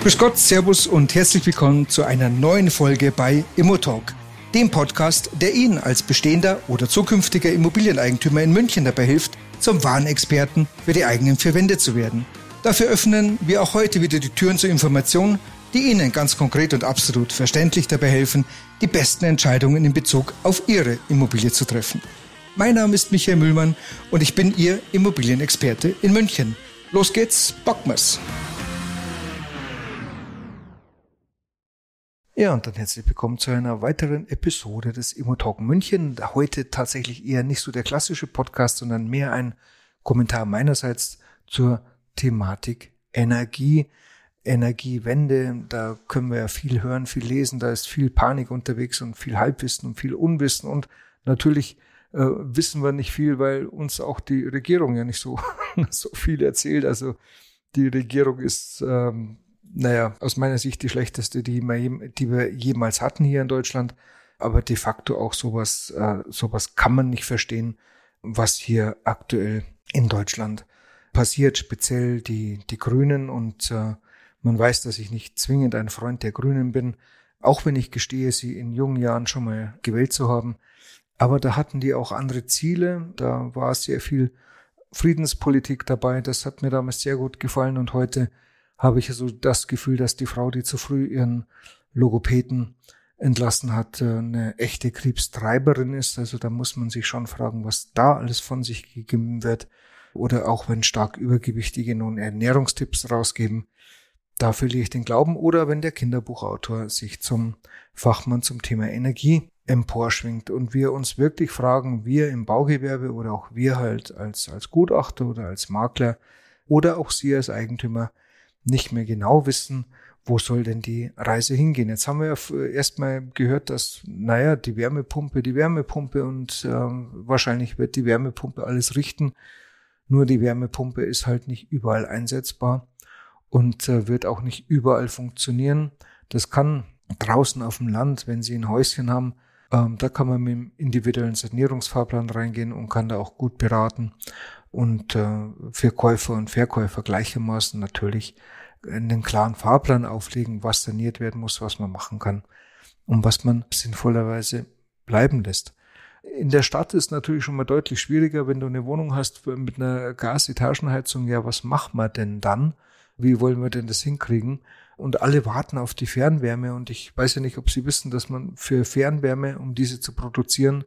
Grüß Gott, Servus und herzlich willkommen zu einer neuen Folge bei ImmoTalk, dem Podcast, der Ihnen als bestehender oder zukünftiger Immobilieneigentümer in München dabei hilft, zum wahren Experten für die eigenen vier Wände zu werden. Dafür öffnen wir auch heute wieder die Türen zur Information, die Ihnen ganz konkret und absolut verständlich dabei helfen, die besten Entscheidungen in Bezug auf Ihre Immobilie zu treffen. Mein Name ist Michael Mühlmann und ich bin Ihr Immobilienexperte in München. Los geht's, packen wir's! Ja, und dann herzlich willkommen zu einer weiteren Episode des ImmoTalk München. Heute tatsächlich eher nicht so der klassische Podcast, sondern mehr ein Kommentar meinerseits zur Thematik Energie, Energiewende. Da können wir ja viel hören, viel lesen, da ist viel Panik unterwegs und viel Halbwissen und viel Unwissen und natürlich wissen wir nicht viel, weil uns auch die Regierung ja nicht so viel erzählt. Also die Regierung ist aus meiner Sicht die schlechteste, die wir jemals hatten hier in Deutschland. Aber de facto auch sowas kann man nicht verstehen, was hier aktuell in Deutschland passiert, speziell die Grünen. Und man weiß, dass ich nicht zwingend ein Freund der Grünen bin, auch wenn ich gestehe, sie in jungen Jahren schon mal gewählt zu haben. Aber da hatten die auch andere Ziele. Da war sehr viel Friedenspolitik dabei. Das hat mir damals sehr gut gefallen. Und heute habe ich also das Gefühl, dass die Frau, die zu früh ihren Logopäden entlassen hat, eine echte Kriegstreiberin ist. Also da muss man sich schon fragen, was da alles von sich gegeben wird. Oder auch wenn stark Übergewichtige nun Ernährungstipps rausgeben, da verliere ich den Glauben. Oder wenn der Kinderbuchautor sich zum Fachmann zum Thema Energie emporschwingt und wir uns wirklich fragen, wir im Baugewerbe oder auch wir halt als Gutachter oder als Makler oder auch Sie als Eigentümer nicht mehr genau wissen, wo soll denn die Reise hingehen. Jetzt haben wir ja erstmal gehört, dass, die Wärmepumpe und wahrscheinlich wird die Wärmepumpe alles richten. Nur die Wärmepumpe ist halt nicht überall einsetzbar und wird auch nicht überall funktionieren. Das kann draußen auf dem Land, wenn Sie ein Häuschen haben, da kann man mit dem individuellen Sanierungsfahrplan reingehen und kann da auch gut beraten und für Käufer und Verkäufer gleichermaßen natürlich einen klaren Fahrplan auflegen, was saniert werden muss, was man machen kann und was man sinnvollerweise bleiben lässt. In der Stadt ist natürlich schon mal deutlich schwieriger, wenn du eine Wohnung hast mit einer Gasetagenheizung. Ja, was macht man denn dann? Wie wollen wir denn das hinkriegen? Und alle warten auf die Fernwärme. Und ich weiß ja nicht, ob Sie wissen, dass man für Fernwärme, um diese zu produzieren,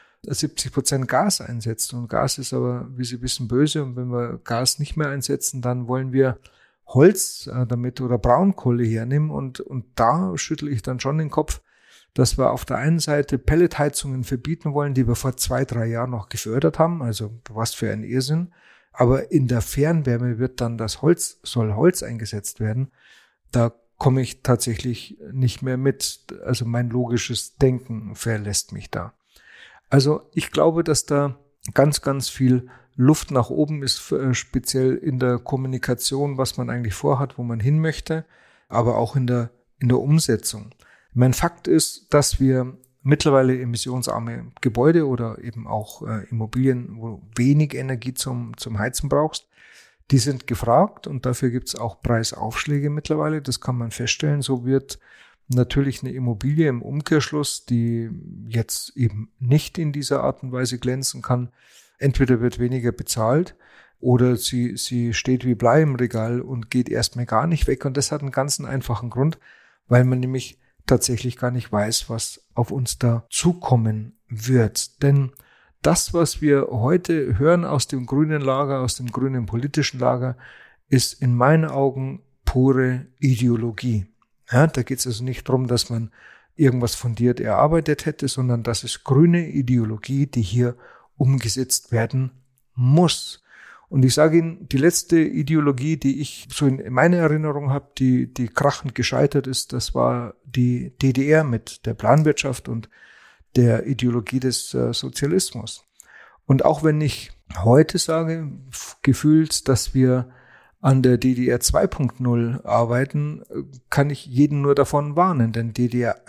70% Gas einsetzt. Und Gas ist aber, wie Sie wissen, böse. Und wenn wir Gas nicht mehr einsetzen, dann wollen wir Holz damit oder Braunkohle hernehmen. Und da schüttle ich dann schon den Kopf, dass wir auf der einen Seite Pelletheizungen verbieten wollen, die wir vor 2-3 Jahren noch gefördert haben. Also was für ein Irrsinn. Aber in der Fernwärme wird dann soll Holz eingesetzt werden. Da komme ich tatsächlich nicht mehr mit. Also mein logisches Denken verlässt mich da. Also ich glaube, dass da ganz, ganz viel Luft nach oben ist, speziell in der Kommunikation, was man eigentlich vorhat, wo man hin möchte, aber auch in der Umsetzung. Mein Fakt ist, dass wir mittlerweile emissionsarme Gebäude oder eben auch Immobilien, wo wenig Energie zum Heizen brauchst, die sind gefragt und dafür gibt es auch Preisaufschläge mittlerweile. Das kann man feststellen. So wird natürlich eine Immobilie im Umkehrschluss, die jetzt eben nicht in dieser Art und Weise glänzen kann, entweder wird weniger bezahlt oder sie steht wie Blei im Regal und geht erstmal gar nicht weg. Und das hat einen ganz einfachen Grund, weil man nämlich tatsächlich gar nicht weiß, was auf uns da zukommen wird. Denn das, was wir heute hören aus dem grünen Lager, aus dem grünen politischen Lager, ist in meinen Augen pure Ideologie. Ja, da geht es also nicht darum, dass man irgendwas fundiert erarbeitet hätte, sondern das ist grüne Ideologie, die hier umgesetzt werden muss. Und ich sage Ihnen, die letzte Ideologie, die ich so in meiner Erinnerung habe, die krachend gescheitert ist, das war die DDR mit der Planwirtschaft und der Ideologie des Sozialismus. Und auch wenn ich heute sage, gefühlt, dass wir an der DDR 2.0 arbeiten, kann ich jeden nur davon warnen, denn DDR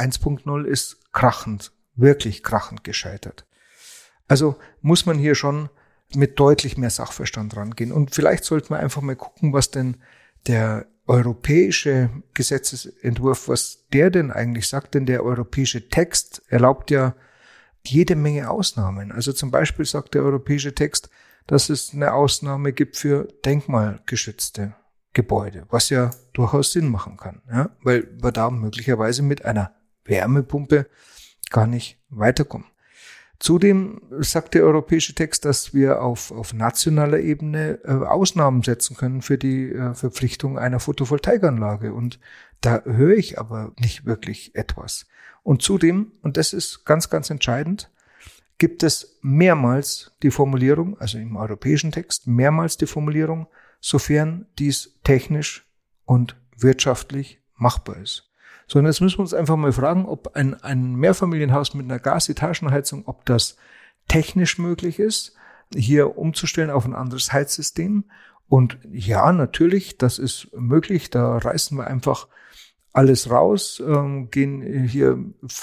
1.0 ist krachend, wirklich krachend gescheitert. Also muss man hier schon mit deutlich mehr Sachverstand rangehen. Und vielleicht sollten wir einfach mal gucken, was denn der europäische Gesetzesentwurf, was der denn eigentlich sagt, denn der europäische Text erlaubt ja jede Menge Ausnahmen. Also zum Beispiel sagt der europäische Text, dass es eine Ausnahme gibt für denkmalgeschützte Gebäude, was ja durchaus Sinn machen kann, ja, weil wir da möglicherweise mit einer Wärmepumpe gar nicht weiterkommen. Zudem sagt der europäische Text, dass wir auf nationaler Ebene Ausnahmen setzen können für die Verpflichtung einer Photovoltaikanlage. Und da höre ich aber nicht wirklich etwas. Und zudem, und das ist ganz, ganz entscheidend, gibt es mehrmals die Formulierung, also im europäischen Text, mehrmals die Formulierung, sofern dies technisch und wirtschaftlich machbar ist. Sondern jetzt müssen wir uns einfach mal fragen, ob ein Mehrfamilienhaus mit einer Gasetagenheizung, ob das technisch möglich ist, hier umzustellen auf ein anderes Heizsystem. Und ja, natürlich, das ist möglich. Da reißen wir einfach alles raus, gehen hier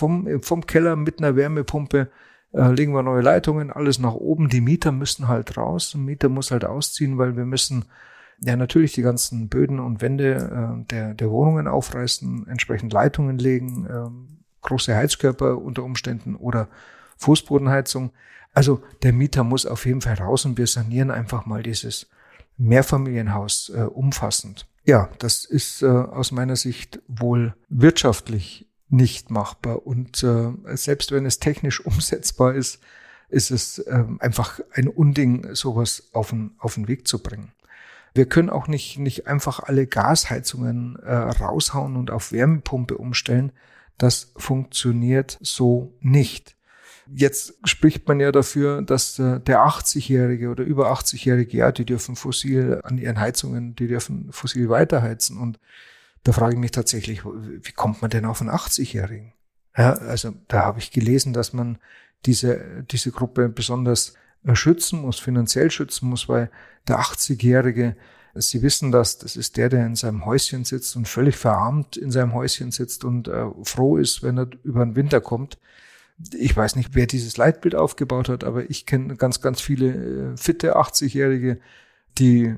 vom Keller mit einer Wärmepumpe, legen wir neue Leitungen, alles nach oben. Die Mieter müssen halt raus. Der Mieter muss halt ausziehen, weil wir müssen ja natürlich die ganzen Böden und Wände der Wohnungen aufreißen, entsprechend Leitungen legen, große Heizkörper unter Umständen oder Fußbodenheizung. Also der Mieter muss auf jeden Fall raus und wir sanieren einfach mal dieses Mehrfamilienhaus umfassend. Ja, das ist aus meiner Sicht wohl wirtschaftlich nicht machbar und selbst wenn es technisch umsetzbar ist, ist es einfach ein Unding, sowas auf den Weg zu bringen. Wir können auch nicht einfach alle Gasheizungen raushauen und auf Wärmepumpe umstellen. Das funktioniert so nicht. Jetzt spricht man ja dafür, dass der 80-Jährige oder über 80-Jährige, ja, die dürfen fossil an ihren Heizungen, die dürfen fossil weiterheizen. Und da frage ich mich tatsächlich, wie kommt man denn auf einen 80-Jährigen? Ja, also da habe ich gelesen, dass man diese Gruppe besonders schützen muss, finanziell schützen muss, weil der 80-Jährige, Sie wissen das ist der in seinem Häuschen sitzt und völlig verarmt in seinem Häuschen sitzt und froh ist, wenn er über den Winter kommt. Ich weiß nicht, wer dieses Leitbild aufgebaut hat, aber ich kenne ganz, ganz viele fitte 80-Jährige, die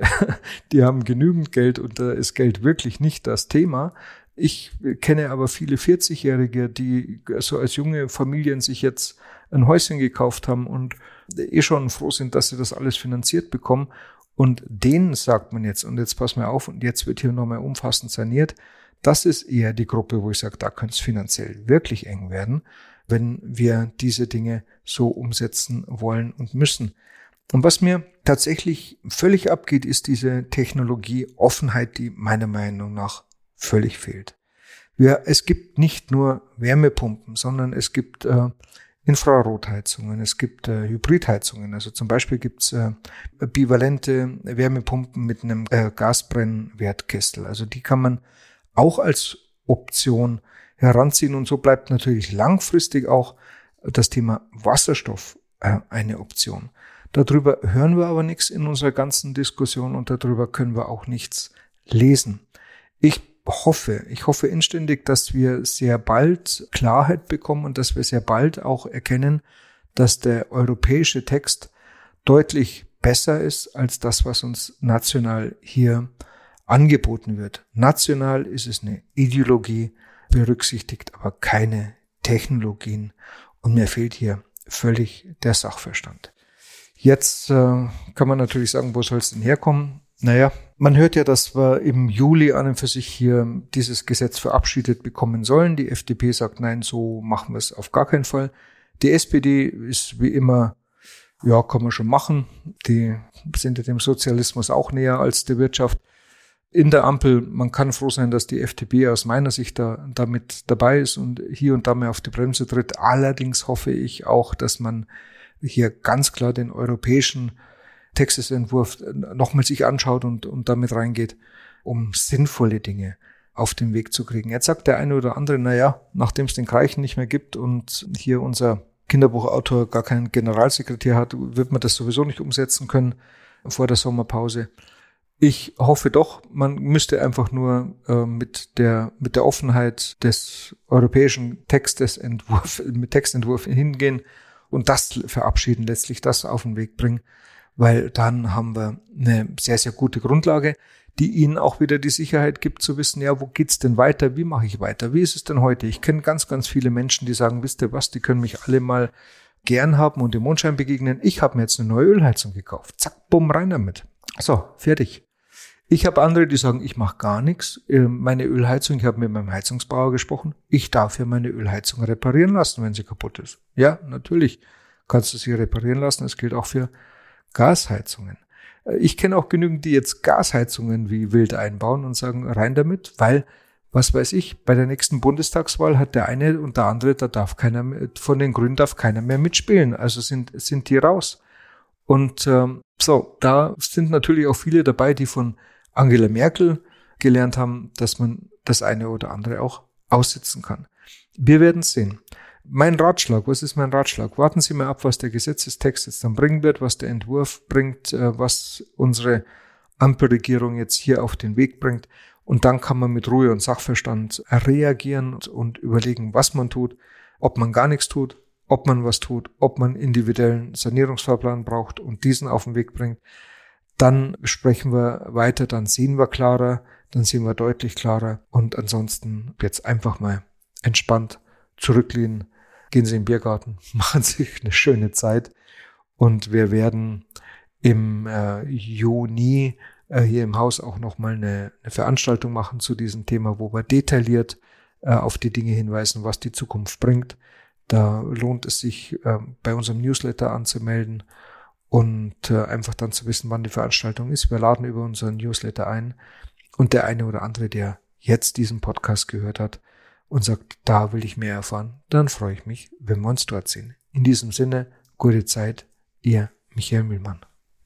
haben genügend Geld und da ist Geld wirklich nicht das Thema. Ich kenne aber viele 40-Jährige, die so als junge Familien sich jetzt ein Häuschen gekauft haben und schon froh sind, dass sie das alles finanziert bekommen. Und denen sagt man jetzt, und jetzt pass mal auf, und jetzt wird hier nochmal umfassend saniert. Das ist eher die Gruppe, wo ich sage, da könnte es finanziell wirklich eng werden, wenn wir diese Dinge so umsetzen wollen und müssen. Und was mir tatsächlich völlig abgeht, ist diese Technologieoffenheit, die meiner Meinung nach völlig fehlt. Es gibt nicht nur Wärmepumpen, sondern es gibt Infrarotheizungen, es gibt Hybridheizungen. Also zum Beispiel gibt es bivalente Wärmepumpen mit einem Gasbrennwertkessel. Also die kann man auch als Option heranziehen und so bleibt natürlich langfristig auch das Thema Wasserstoff eine Option. Darüber hören wir aber nichts in unserer ganzen Diskussion und darüber können wir auch nichts lesen. Ich hoffe inständig, dass wir sehr bald Klarheit bekommen und dass wir sehr bald auch erkennen, dass der europäische Text deutlich besser ist als das, was uns national hier angeboten wird. National ist es eine Ideologie, berücksichtigt aber keine Technologien und mir fehlt hier völlig der Sachverstand. Jetzt kann man natürlich sagen, wo soll es denn herkommen? Naja, man hört ja, dass wir im Juli an und für sich hier dieses Gesetz verabschiedet bekommen sollen. Die FDP sagt, nein, so machen wir es auf gar keinen Fall. Die SPD ist wie immer, ja, kann man schon machen. Die sind ja dem Sozialismus auch näher als der Wirtschaft. In der Ampel, man kann froh sein, dass die FDP aus meiner Sicht damit dabei ist und hier und da mal auf die Bremse tritt. Allerdings hoffe ich auch, dass man hier ganz klar den europäischen Textentwurf nochmal sich anschaut und damit reingeht, um sinnvolle Dinge auf den Weg zu kriegen. Jetzt sagt der eine oder andere, naja, nachdem es den Kreichen nicht mehr gibt und hier unser Kinderbuchautor gar keinen Generalsekretär hat, wird man das sowieso nicht umsetzen können vor der Sommerpause. Ich hoffe doch, man müsste einfach nur mit der Offenheit des europäischen Textentwurf hingehen und das verabschieden, letztlich das auf den Weg bringen, weil dann haben wir eine sehr, sehr gute Grundlage, die Ihnen auch wieder die Sicherheit gibt zu wissen, ja, wo geht's denn weiter, wie mache ich weiter, wie ist es denn heute? Ich kenne ganz, ganz viele Menschen, die sagen, wisst ihr was, die können mich alle mal gern haben und im Mondschein begegnen. Ich habe mir jetzt eine neue Ölheizung gekauft. Zack, bumm, rein damit. So, fertig. Ich habe andere, die sagen, ich mache gar nichts. Meine Ölheizung, ich habe mit meinem Heizungsbauer gesprochen, ich darf ja meine Ölheizung reparieren lassen, wenn sie kaputt ist. Ja, natürlich kannst du sie reparieren lassen. Das gilt auch für Gasheizungen. Ich kenne auch genügend, die jetzt Gasheizungen wie wild einbauen und sagen, rein damit, weil, was weiß ich, bei der nächsten Bundestagswahl hat der eine und der andere, da darf keiner, von den Grünen darf keiner mehr mitspielen. Also sind die raus. Und da sind natürlich auch viele dabei, die von Angela Merkel gelernt haben, dass man das eine oder andere auch aussitzen kann. Wir werden es sehen. Mein Ratschlag, was ist mein Ratschlag? Warten Sie mal ab, was der Gesetzestext jetzt dann bringen wird, was der Entwurf bringt, was unsere Ampelregierung jetzt hier auf den Weg bringt. Und dann kann man mit Ruhe und Sachverstand reagieren und überlegen, was man tut, ob man gar nichts tut, ob man was tut, ob man individuellen Sanierungsfahrplan braucht und diesen auf den Weg bringt. Dann sprechen wir weiter, dann sehen wir klarer, dann sehen wir deutlich klarer. Und ansonsten jetzt einfach mal entspannt zurücklehnen, gehen Sie in den Biergarten, machen sich eine schöne Zeit. Und wir werden im Juni hier im Haus auch nochmal eine Veranstaltung machen zu diesem Thema, wo wir detailliert auf die Dinge hinweisen, was die Zukunft bringt. Da lohnt es sich, bei unserem Newsletter anzumelden und einfach dann zu wissen, wann die Veranstaltung ist. Wir laden über unseren Newsletter ein und der eine oder andere, der jetzt diesen Podcast gehört hat und sagt, da will ich mehr erfahren, dann freue ich mich, wenn wir uns dort sehen. In diesem Sinne, gute Zeit, Ihr Michael Mühlmann.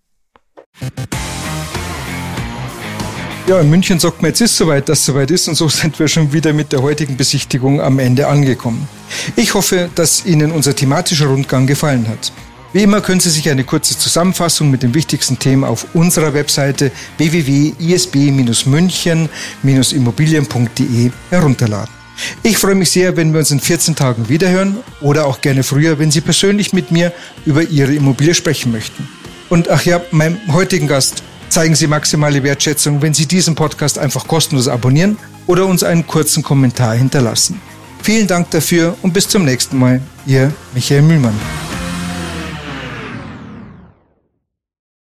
Ja, in München sagt man, jetzt ist soweit, dass es soweit ist und so sind wir schon wieder mit der heutigen Besichtigung am Ende angekommen. Ich hoffe, dass Ihnen unser thematischer Rundgang gefallen hat. Wie immer können Sie sich eine kurze Zusammenfassung mit den wichtigsten Themen auf unserer Webseite www.isb-münchen-immobilien.de herunterladen. Ich freue mich sehr, wenn wir uns in 14 Tagen wiederhören oder auch gerne früher, wenn Sie persönlich mit mir über Ihre Immobilie sprechen möchten. Und ach ja, meinem heutigen Gast zeigen Sie maximale Wertschätzung, wenn Sie diesen Podcast einfach kostenlos abonnieren oder uns einen kurzen Kommentar hinterlassen. Vielen Dank dafür und bis zum nächsten Mal. Ihr Michael Mühlmann.